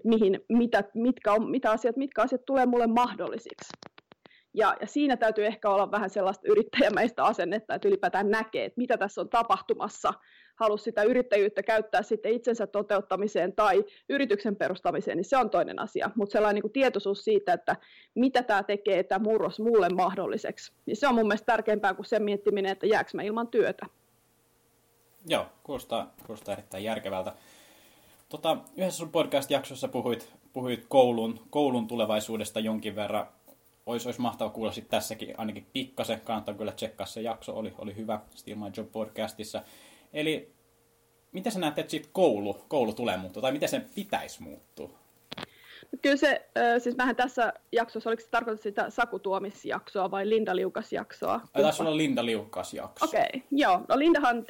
mitkä asiat tulee mulle mahdollisiksi. Ja siinä täytyy ehkä olla vähän sellaista yrittäjämäistä asennetta, että ylipäätään näkee, että mitä tässä on tapahtumassa. Halusi sitä yrittäjyyttä käyttää sitten itsensä toteuttamiseen tai yrityksen perustamiseen, niin se on toinen asia. Mutta sellainen niin kuin tietoisuus siitä, että mitä tämä tekee tämä murros mulle mahdolliseksi, niin se on mun mielestä tärkeämpää kuin sen miettiminen, että jääkö mä ilman työtä. Joo, kuulostaa erittäin järkevältä. Yhdessä sun podcast-jaksossa puhuit koulun tulevaisuudesta jonkin verran. Olisi mahtava kuulla sitten tässäkin ainakin pikkasen. Kannattaa kyllä tsekkaa se jakso, oli hyvä Steal My Job podcastissa. Eli miten sä näet, että siitä koulu tulee muuttua, tai miten sen pitäisi muuttua? Kyllä se, siis mähän tässä jaksossa, oliko se tarkoitus sitä Saku Tuomis-jaksoa vai Linda Liukas-jaksoa? Taisi olla Linda Liukas-jakso. Okei, joo. No Lindahan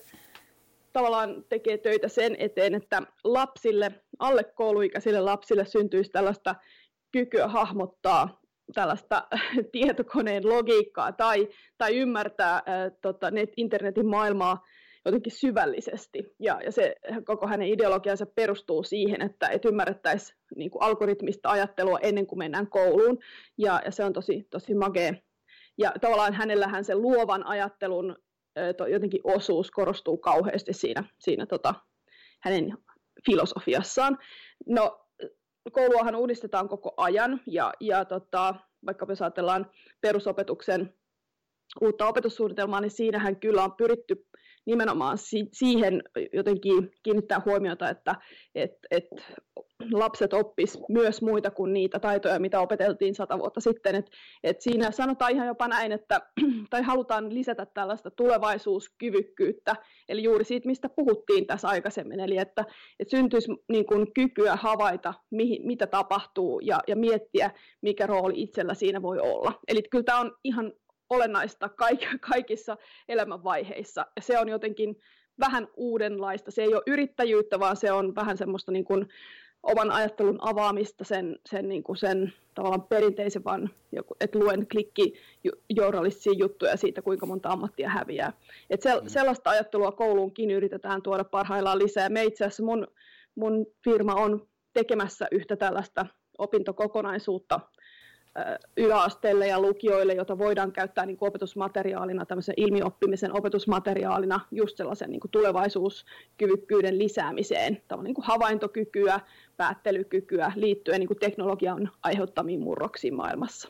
tekee töitä sen eteen, että lapsille, alle kouluikäisille lapsille syntyisi tällaista kykyä hahmottaa tällaista tietokoneen logiikkaa tai ymmärtää internetin maailmaa jotenkin syvällisesti. Ja se koko hänen ideologiansa perustuu siihen, että ymmärrettäisiin niin kuin algoritmista ajattelua ennen kuin mennään kouluun. Ja se on tosi magea. Ja tavallaan hänellähän se luovan ajattelun jotenkin osuus korostuu kauheasti siinä hänen filosofiassaan. No, kouluahan uudistetaan koko ajan, ja vaikka jos ajatellaan perusopetuksen uutta opetussuunnitelmaa, niin siinähän kyllä on pyritty nimenomaan siihen jotenkin kiinnittää huomiota, että lapset oppis myös muita kuin niitä taitoja, mitä opeteltiin 100 vuotta sitten. Et siinä sanotaan ihan jopa näin, tai halutaan lisätä tällaista tulevaisuuskyvykkyyttä, eli juuri siitä, mistä puhuttiin tässä aikaisemmin, eli että syntyisi niin kuin kykyä havaita, mitä tapahtuu, ja miettiä, mikä rooli itsellä siinä voi olla. Eli kyllä tämä on ihan olennaista kaikissa elämänvaiheissa, ja se on jotenkin vähän uudenlaista. Se ei ole yrittäjyyttä, vaan se on vähän semmoista niin kuin oman ajattelun avaamista sen tavallaan perinteisen, vaan että luen klikkijournalistisia juttuja siitä, kuinka monta ammattia häviää. Sellaista ajattelua kouluunkin yritetään tuoda parhaillaan lisää. Me itse asiassa mun firma on tekemässä yhtä tällaista opintokokonaisuutta yläasteelle ja lukioille, jota voidaan käyttää niin kuin opetusmateriaalina, tämmöisen ilmioppimisen opetusmateriaalina, just sellaisen niin kuin tulevaisuuskyvykkyyden lisäämiseen, niin kuin havaintokykyä, päättelykykyä liittyen niin kuin teknologian aiheuttamiin murroksiin maailmassa.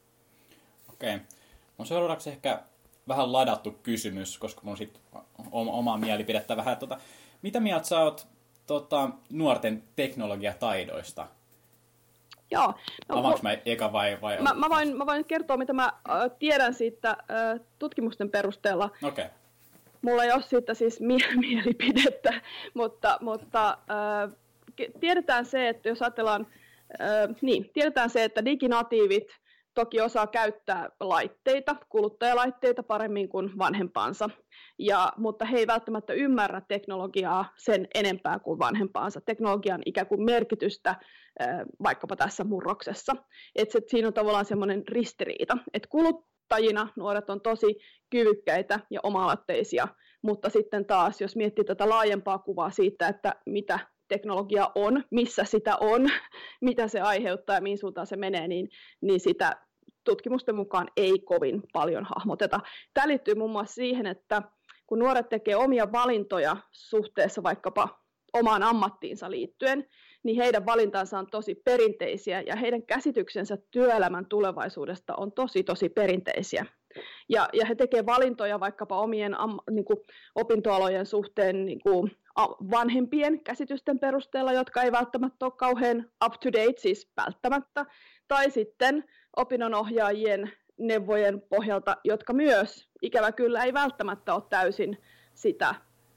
Okei. Mun seuraavaksi ehkä vähän ladattu kysymys, koska mun sit omaa mielipidettä vähän. Mitä mieltä sä oot nuorten teknologiataidoista? Joo. Avaanko mä eka vai? Mä voin kertoa, mitä mä tiedän siitä tutkimusten perusteella. Okei. Mulla ei ole siitä siis mielipidettä, mutta tiedetään se, että jos ajatellaan, tiedetään se, että diginatiivit toki osaa käyttää laitteita, kuluttajalaitteita paremmin kuin vanhempansa, mutta he ei välttämättä ymmärrä teknologiaa sen enempää kuin vanhempansa, teknologian ikään kuin merkitystä vaikkapa tässä murroksessa. Että siinä on tavallaan semmoinen ristiriita, että kuluttajina nuoret on tosi kyvykkäitä ja oma-aloitteisia, mutta sitten taas, jos miettii tätä laajempaa kuvaa siitä, että mitä teknologia on, missä sitä on, mitä se aiheuttaa ja mihin suuntaan se menee, niin sitä tutkimusten mukaan ei kovin paljon hahmoteta. Tämä liittyy muun muassa siihen, että kun nuoret tekee omia valintoja suhteessa vaikkapa omaan ammattiinsa liittyen, niin heidän valintansa on tosi perinteisiä ja heidän käsityksensä työelämän tulevaisuudesta on tosi perinteisiä. Ja he tekevät valintoja vaikkapa omien niin kuin opintoalojen suhteen niin kuin vanhempien käsitysten perusteella, jotka ei välttämättä ole kauhean up-to-date, siis välttämättä, tai sitten opinnonohjaajien neuvojen pohjalta, jotka myös ikävä kyllä ei välttämättä ole täysin sitä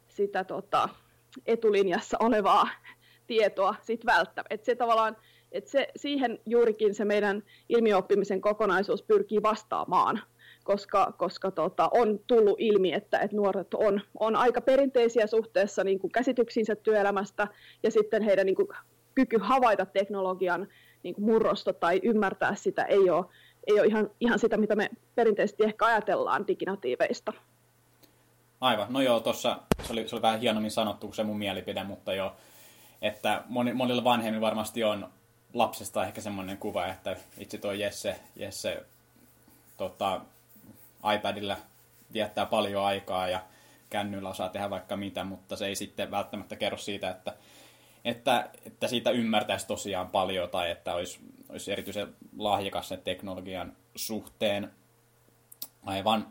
etulinjassa olevaa tietoa sit välttämättä. Se tavallaan, siihen juurikin se meidän ilmiöoppimisen kokonaisuus pyrkii vastaamaan, koska on tullut ilmi, että nuoret on aika perinteisiä suhteessa niin kuin käsityksiinsä työelämästä, ja sitten heidän niin kuin kyky havaita teknologian niin kuin murrosta tai ymmärtää sitä ei ole ihan sitä, mitä me perinteisesti ehkä ajatellaan diginatiiveista. Aivan. No joo, tuossa se oli vähän hienommin sanottu kuin se mun mielipide, mutta joo, että monilla vanhemmilla varmasti on lapsesta ehkä semmoinen kuva, että itse tuo Jesse iPadilla viettää paljon aikaa ja kännyllä osaa tehdä vaikka mitä, mutta se ei sitten välttämättä kerro siitä, että siitä ymmärtäisi tosiaan paljon tai että olisi erityisen lahjakas sen teknologian suhteen. Aivan.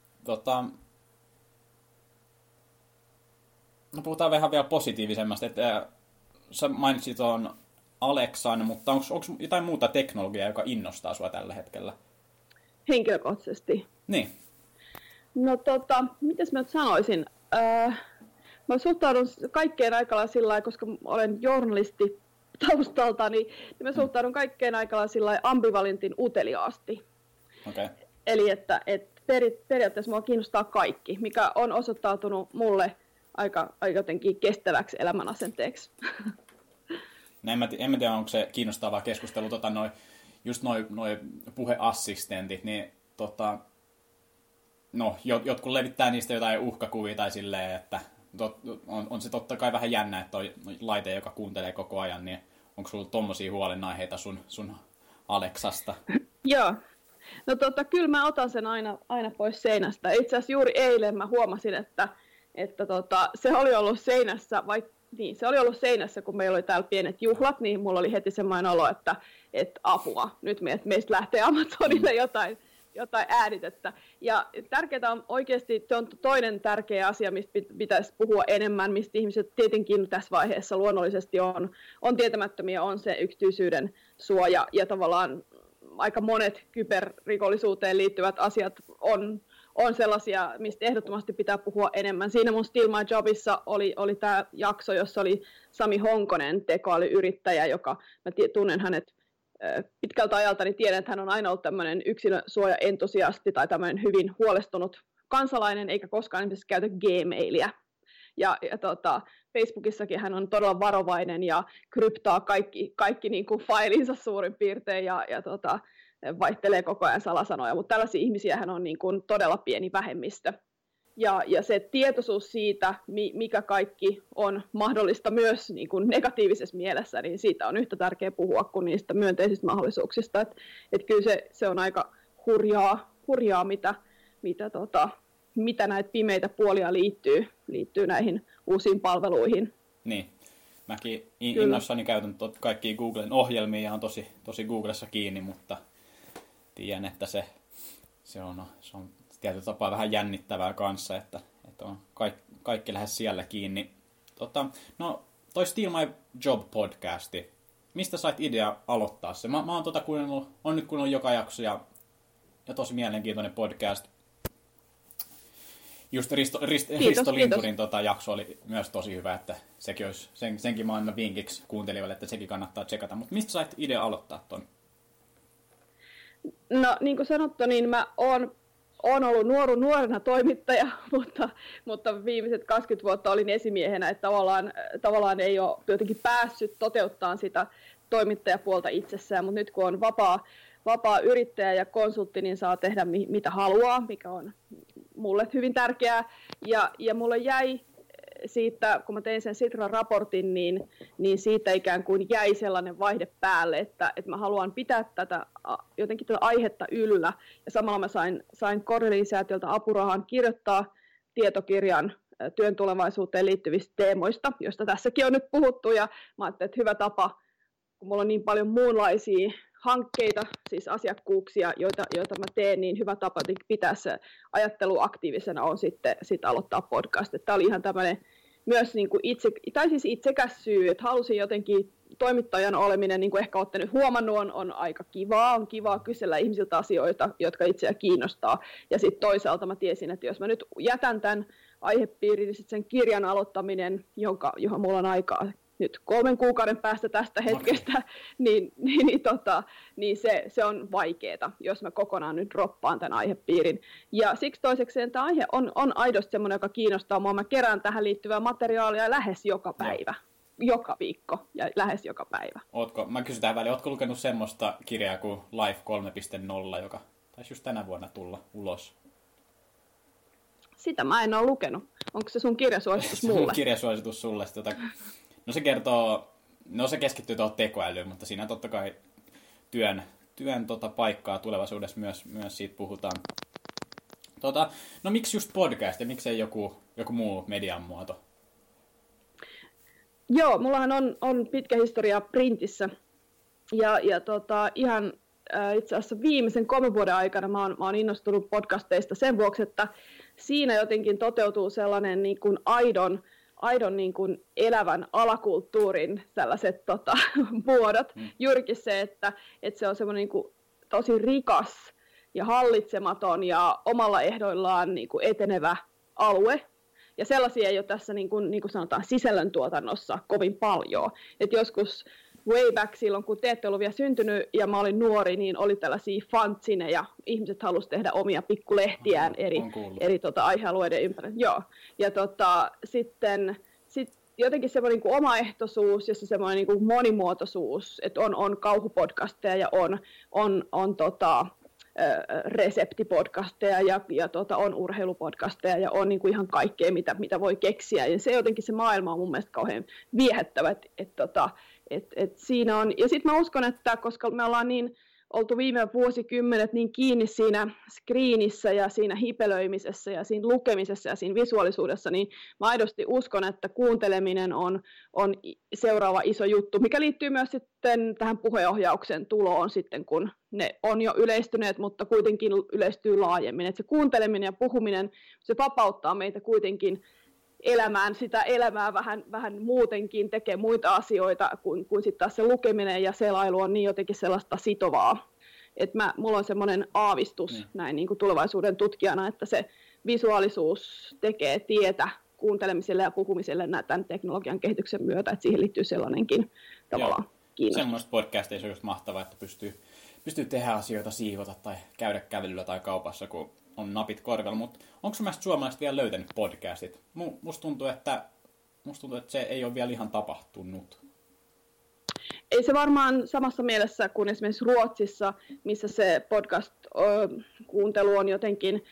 No puhutaan vähän vielä positiivisemmasta, että sä mainitsit tuon Alexan, mutta onko jotain muuta teknologiaa, joka innostaa sua tällä hetkellä? Henkilökohtaisesti? Niin. No mitäs mä nyt sanoisin? Mä suhtaudun kaikkeen aika lailla sillä lailla, koska olen journalisti taustaltani, niin mä suhtaudun kaikkeen aika lailla sillä lailla ambivalentin uteliaasti. Okay. Eli että periaatteessa mua kiinnostaa kaikki, mikä on osoittautunut mulle aika jotenkin kestäväksi elämänasenteeksi. No en mä tiedä, onko se kiinnostavaa keskustelua, noi puheassistentit, niin jotkut levittää niistä jotain uhkakuvia tai silleen, että on se totta kai vähän jännä, että on laite, joka kuuntelee koko ajan, niin onko sulla tommosia huolenaiheita sun Alexasta? Joo. No kyllä mä otan sen aina pois seinästä. Itse asiassa juuri eilen mä huomasin, että se oli ollut seinässä, se oli ollut seinässä, kun meillä oli täällä pienet juhlat, niin mulla oli heti semmoinen olo, että apua, nyt meistä lähtee Amazonille jotain äänitettä. Ja tärkeää on oikeasti, se on toinen tärkeä asia, mistä pitäisi puhua enemmän, mistä ihmiset tietenkin tässä vaiheessa luonnollisesti on tietämättömiä, on se yksityisyyden suoja ja tavallaan aika monet kyberrikollisuuteen liittyvät asiat on sellaisia, mistä ehdottomasti pitää puhua enemmän. Siinä mun Still My Jobissa oli tämä jakso, jossa oli Sami Honkonen, tekoälyyrittäjä, joka mä tunnen hänet pitkältä ajalta, niin tiedän, että hän on aina ollut tämmöinen yksilönsuoja-entusiasti tai tämmöinen hyvin huolestunut kansalainen, eikä koskaan esimerkiksi käytä Gmailia. Ja Facebookissakin hän on todella varovainen ja kryptaa kaikki niin kuin failinsa suurin piirtein ja vaihtelee koko ajan salasanoja, mutta tällaisia ihmisiä hän on niin kuin todella pieni vähemmistö. Ja se tietoisuus siitä, mikä kaikki on mahdollista myös niin kuin negatiivisessa mielessä, niin siitä on yhtä tärkeää puhua kuin niistä myönteisistä mahdollisuuksista. Et kyllä se on aika hurjaa mitä näitä pimeitä puolia liittyy näihin uusiin palveluihin. Niin. Mäkin innoissani käytän kaikkia Googlen ohjelmia ja on tosi Googlessa kiinni, mutta tiedän, että se on tietyllä tapaa vähän jännittävää kanssa, että on kaikki lähes siellä kiinni. No, toi Still My Job-podcasti, mistä sait idea aloittaa se? Mä oon on nyt kuunnellut joka jakso ja tosi mielenkiintoinen podcast. Just Risto Linturin jakso oli myös tosi hyvä, että sekin olisi, senkin mä annan vinkiksi kuuntelijoille, että sekin kannattaa tsekata. Mutta mistä sait idea aloittaa ton? No, niin kuin sanottu, niin mä oon ollut nuorena toimittaja, mutta viimeiset 20 vuotta olin esimiehenä, että tavallaan ei ole jotenkin päässyt toteuttamaan sitä toimittajapuolta itsessään, mutta nyt kun on vapaa yrittäjä ja konsultti, niin saa tehdä mitä haluaa, mikä on mulle hyvin tärkeää. Ja mulle jäi siitä, kun mä tein sen Sitran raportin, niin siitä ikään kuin jäi sellainen vaihde päälle, että mä haluan pitää tätä aihetta yllä. Ja samalla mä sain Corneli-säätiöltä apurahan kirjoittaa tietokirjan työn tulevaisuuteen liittyvistä teemoista, josta tässäkin on nyt puhuttu. Ja mä ajattelin, että hyvä tapa, kun mulla on niin paljon muunlaisia hankkeita, siis asiakkuuksia, joita mä teen, niin hyvä tapa pitää se ajattelu aktiivisena on sitten aloittaa podcast. Tämä oli ihan tämmöinen myös niin kuin itsekäs syy, että halusin jotenkin toimittajan oleminen, niin kuin ehkä olette nyt huomannut, on aika kivaa. On kivaa kysellä ihmisiltä asioita, jotka itseä kiinnostaa. Ja sitten toisaalta mä tiesin, että jos mä nyt jätän tämän aihepiirin, niin sitten sen kirjan aloittaminen, johon mulla on aikaa nyt 3 kuukauden päästä tästä hetkestä, niin se on vaikeaa, jos mä kokonaan nyt droppaan tämän aihepiirin. Ja siksi toisekseen tämä aihe on aidosti semmoinen, joka kiinnostaa mua. Mä kerään tähän liittyvää materiaalia lähes joka päivä, joka viikko ja lähes joka päivä. Mä kysyn tähän väliin, ootko lukenut semmoista kirjaa kuin Life 3.0, joka taisi just tänä vuonna tulla ulos? Sitä mä en ole lukenut. Onko se sun kirjasuositus mulle? Mun kirjasuositus sulle. Se keskittyy tuohon tekoälyyn, mutta siinä totta kai työn paikkaa tulevaisuudessa myös siitä puhutaan. No miksi just podcast ja miksei joku muu median muoto? Joo, mullahan on pitkä historia printissä ja ihan itse asiassa viimeisen 3 vuoden aikana mä oon innostunut podcasteista sen vuoksi, että siinä jotenkin toteutuu sellainen niin kuin aidon niin kuin elävän alakulttuurin sellaiset muodot. Juurikin se, että se on semmoinen niin kuin tosi rikas ja hallitsematon ja omalla ehdoillaan niin kuin etenevä alue. Ja sellaisia ei ole tässä niin kuin sanotaan sisällöntuotannossa kovin paljon. Et joskus way back silloin, kun te ette ollut vielä syntynyt ja mä olin nuori, niin oli tällaisia fantsineja. Ihmiset halusivat tehdä omia pikkulehtiään eri aihealueiden ympärillä. Joo. Ja sitten jotenkin semmoinen niin kuin omaehtoisuus ja semmoinen niin kuin monimuotoisuus, että on kauhupodcasteja ja on reseptipodcasteja ja on urheilupodcasteja ja on niin kuin ihan kaikkea, mitä voi keksiä. Ja se jotenkin se maailma on mun mielestä kauhean viehättävä, että siinä on. Ja sitten mä uskon, että koska me ollaan niin oltu viime vuosikymmenet niin kiinni siinä screenissä ja siinä hipelöimisessä ja siinä lukemisessa ja siinä visuaalisuudessa, niin mä aidosti uskon, että kuunteleminen on seuraava iso juttu, mikä liittyy myös sitten tähän puheohjauksen tuloon sitten, kun ne on jo yleistyneet, mutta kuitenkin yleistyy laajemmin. Että se kuunteleminen ja puhuminen, se vapauttaa meitä kuitenkin elämään sitä elämää vähän muutenkin, tekee muita asioita kuin sitten taas se lukeminen ja selailu on niin jotenkin sellaista sitovaa. Että mulla on semmoinen aavistus näin niin kuin tulevaisuuden tutkijana, että se visuaalisuus tekee tietä kuuntelemiselle ja puhumiselle tämän teknologian kehityksen myötä, että siihen liittyy sellainenkin tavallaan kiinnostus. Semmoista podcasteissa on just mahtavaa, että pystyy tehdä asioita, siivota tai käydä kävelyllä tai kaupassa, kun on napit korvalla, mutta onko sun mielestä suomalaiset vielä löytänyt podcastit? Musta tuntuu, että se ei ole vielä ihan tapahtunut. Ei se varmaan samassa mielessä kuin esimerkiksi Ruotsissa, missä se podcast-kuuntelu on jotenkin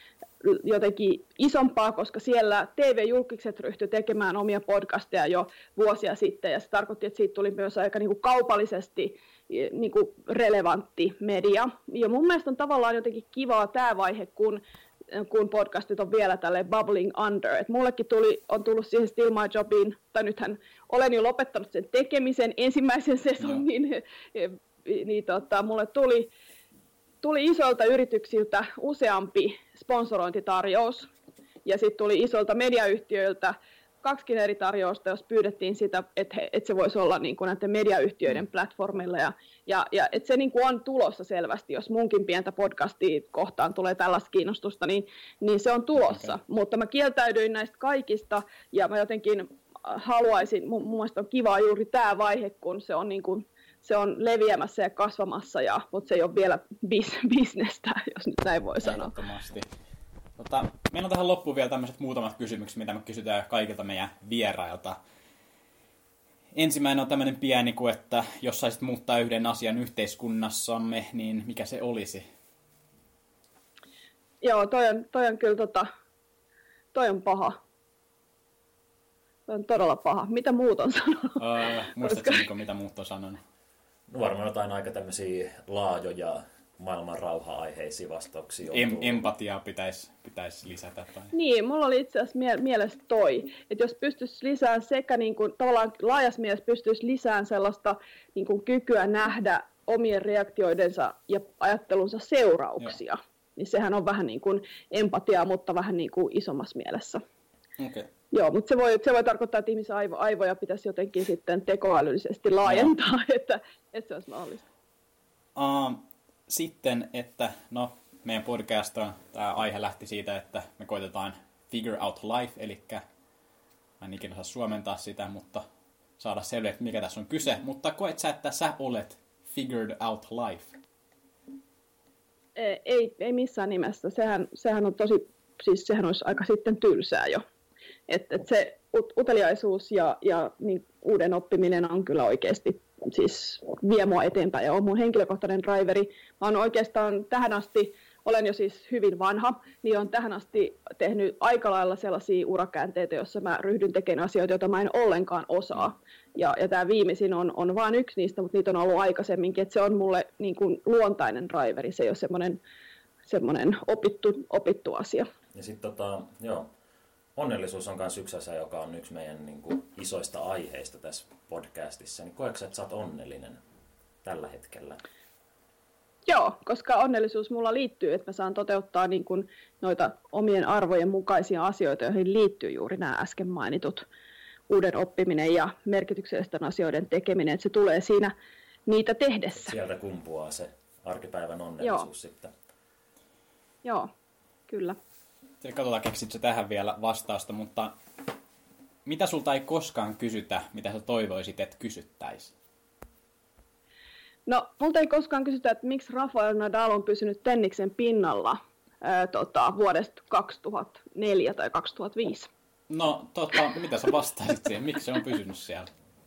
isompaa, koska siellä TV-julkiset ryhtyi tekemään omia podcasteja jo vuosia sitten, ja se tarkoitti, että siitä tuli myös aika niin kuin kaupallisesti niin kuin relevantti media. Ja mun mielestä on tavallaan jotenkin kivaa tämä vaihe, kun podcastit on vielä tälleen bubbling under. Et mullekin on tullut siihen Still My Jobiin, tai nythän olen jo lopettanut sen tekemisen ensimmäisen sesongin, niin mulle tuli isoilta yrityksiltä useampi sponsorointitarjous, ja sitten tuli isoilta mediayhtiöiltä 2 eri tarjousta, jos pyydettiin sitä, että se voisi olla niin kuin näiden mediayhtiöiden platformilla. Ja että se niin kuin on tulossa selvästi, jos munkin pientä podcastia kohtaan tulee tällaista kiinnostusta, niin se on tulossa. Okay. Mutta mä kieltäydyin näistä kaikista, ja mä jotenkin haluaisin, mun mielestä on kivaa juuri tämä vaihe, kun se on, niin kuin, se on leviämässä ja kasvamassa, mutta se ei ole vielä bisnestä, jos nyt näin voi sanoa. Ehdottomasti. Meillä on tähän loppuun vielä tämmöiset muutamat kysymykset, mitä me kysytään kaikilta meidän vierailta. Ensimmäinen on tämmöinen pieni kuin, että jos saisit muuttaa yhden asian yhteiskunnassamme, niin mikä se olisi? Joo, toi on kyllä toi on paha. Toi on todella paha. Mitä muut on sanonut? Muistatko, mitä muut on sanonut? No varmaan jotain aika tämmöisiä laajoja maailman rauha-aiheisia vastauksia. Empatiaa pitäisi lisätä. Tai... Niin, mulla oli itse asiassa mielessä että jos pystyisi lisäämään sekä niin kuin, tavallaan laajassa mielessä pystyisi lisäämään sellaista niin kuin kykyä nähdä omien reaktioidensa ja ajattelunsa seurauksia, niin sehän on vähän niin kuin empatiaa, mutta vähän niin kuin isommassa mielessä. Okay. Joo, mutta se voi tarkoittaa, että ihmisen aivoja pitäisi jotenkin sitten tekoälyllisesti laajentaa, että se olisi mahdollista. Sitten, että meidän podcast tämä aihe lähti siitä, että me koitetaan figure out life, eli mä en ikinä saa suomentaa sitä, mutta saada selville, että mikä tässä on kyse. Mutta koet sä, että sä olet figured out life? Ei missään nimessä. Sehän on sehän olisi aika sitten tylsää jo. Että se uteliaisuus ja niin uuden oppiminen on kyllä oikeasti siis vie mua eteenpäin ja on mun henkilökohtainen driveri. Mä oon oikeastaan tähän asti, olen jo siis hyvin vanha, niin olen tähän asti tehnyt aika lailla sellaisia urakäänteitä, joissa mä ryhdyn tekemään asioita, joita mä en ollenkaan osaa. Ja tämä viimeisin on vain yksi niistä, mutta niitä on ollut aikaisemminkin, että se on mulle niin kuin luontainen driveri, se ei ole semmoinen opittu asia. Ja sitten onnellisuus on myös yksi asia, joka on yksi meidän niin kuin isoista aiheista tässä podcastissa. Niin koetko, että sä oot onnellinen tällä hetkellä? Joo, koska onnellisuus mulla liittyy, että mä saan toteuttaa niin kuin noita omien arvojen mukaisia asioita, joihin liittyy juuri nämä äsken mainitut uuden oppiminen ja merkityksellisten asioiden tekeminen, että se tulee siinä niitä tehdessä. Sieltä kumpuaa se arkipäivän onnellisuus sitten. Joo, kyllä. Katsotaan, keksitkö tähän vielä vastausta, mutta mitä sulta ei koskaan kysytä, mitä sä toivoisit, että kysyttäisiin? No, multa ei koskaan kysytä, että miksi Rafael Nadal on pysynyt tenniksen pinnalla vuodesta 2004 tai 2005. No, mitä sä vastaisit siihen? Miksi se on pysynyt siellä?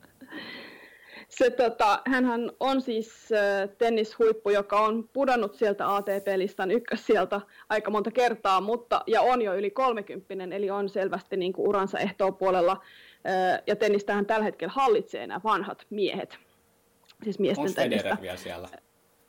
Hänhän on siis tennishuippu, joka on pudonnut sieltä ATP-listan ykkössieltä aika monta kertaa, ja on jo yli 30, eli on selvästi niin kuin uransa ehtoopuolella. Ja tennistähän tällä hetkellä hallitsee nämä vanhat miehet, siis miesten tennistä. Onko Federer vielä siellä?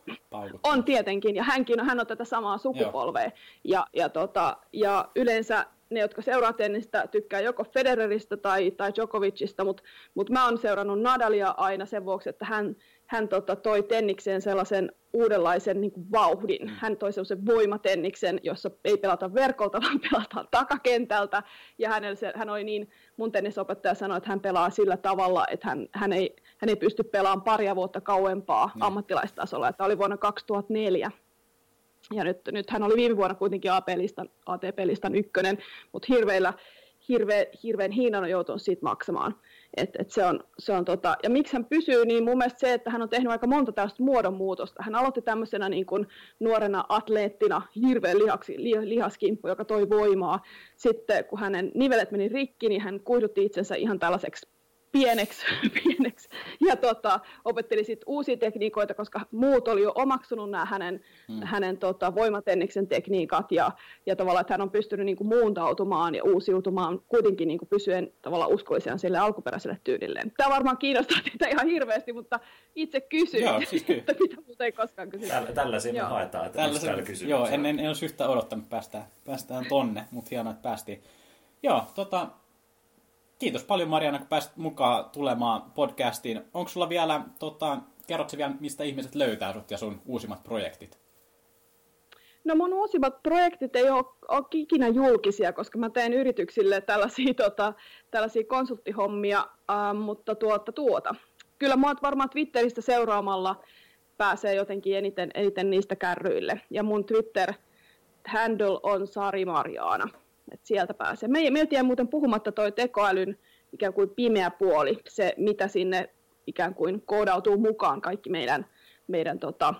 paukuttaa. On tietenkin, ja hän on tätä samaa sukupolvea. Ja yleensä ne, jotka seuraa tennistä, tykkää joko Federeristä tai Djokovicista, mutta mä oon seurannut Nadalia aina sen vuoksi, että hän toi tennikseen sellaisen uudenlaisen niin kuin vauhdin. Hän toi sellaisen voimatenniksen, jossa ei pelata verkolta, vaan pelataan takakentältä. Ja hän oli niin, mun tennisopettaja sanoi, että hän pelaa sillä tavalla, että hän ei pysty pelaamaan paria vuotta kauempaa ammattilaistasolla. Tämä oli vuonna 2004. Ja nyt hän oli viime vuonna kuitenkin ATP-listan ykkönen, mutta hirveän hinnan on joutunut siitä maksamaan. Ja miksi hän pysyy, niin mun mielestä se, että hän on tehnyt aika monta tällaista muodonmuutosta. Hän aloitti tämmöisenä niin kuin nuorena atleettina, hirveän lihaskimppu, joka toi voimaa. Sitten kun hänen nivelet meni rikki, niin hän kuidutti itsensä ihan tällaiseksi pieneksi ja opetteli sitten uusia tekniikoita, koska muut oli jo omaksunut nämä hänen voimatenniksen tekniikat ja tavallaan, että hän on pystynyt niinku muuntautumaan ja uusiutumaan kuitenkin niinku pysyen tavallaan uskollisena sille alkuperäiselle tyylilleen. Tämä varmaan kiinnostaa teitä ihan hirveästi, mutta itse kysyin, että mitä muuta ei koskaan kysytä. Tällaisia me haetaan, että täällä kysyy. Joo, en olisi yhtään odottanut, päästään tonne, mutta hienoa, että päästiin. Joo, kiitos paljon Marianna, kun pääsit mukaan tulemaan podcastiin. Onko sulla vielä, kerrotko vielä, mistä ihmiset löytää sut ja sun uusimmat projektit? No mun uusimmat projektit ei ole ikinä julkisia, koska mä teen yrityksille tällaisia konsulttihommia, mutta Kyllä mua varmaan Twitteristä seuraamalla pääsee jotenkin eniten niistä kärryille. Ja mun Twitter-handle on Sari Marjaana. Et sieltä pääsee. Me ei tiedä muuten puhumatta toi tekoälyn ikään kuin pimeä puoli, se mitä sinne ikään kuin koodautuu mukaan kaikki meidän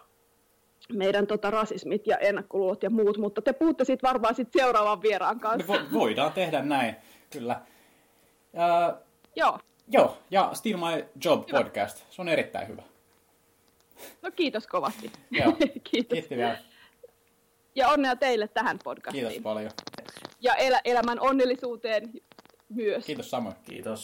rasismit ja ennakkoluulot ja muut, mutta te puhutte sitten varmaan seuraavan vieraan kanssa. Me voidaan tehdä näin, kyllä. Joo, ja Still My Job podcast, se on erittäin hyvä. No kiitos kovasti. Joo, kiitos. Vielä. Ja onnea teille tähän podcastiin. Kiitos paljon. Ja elämän onnellisuuteen myös. Kiitos samoin. Kiitos.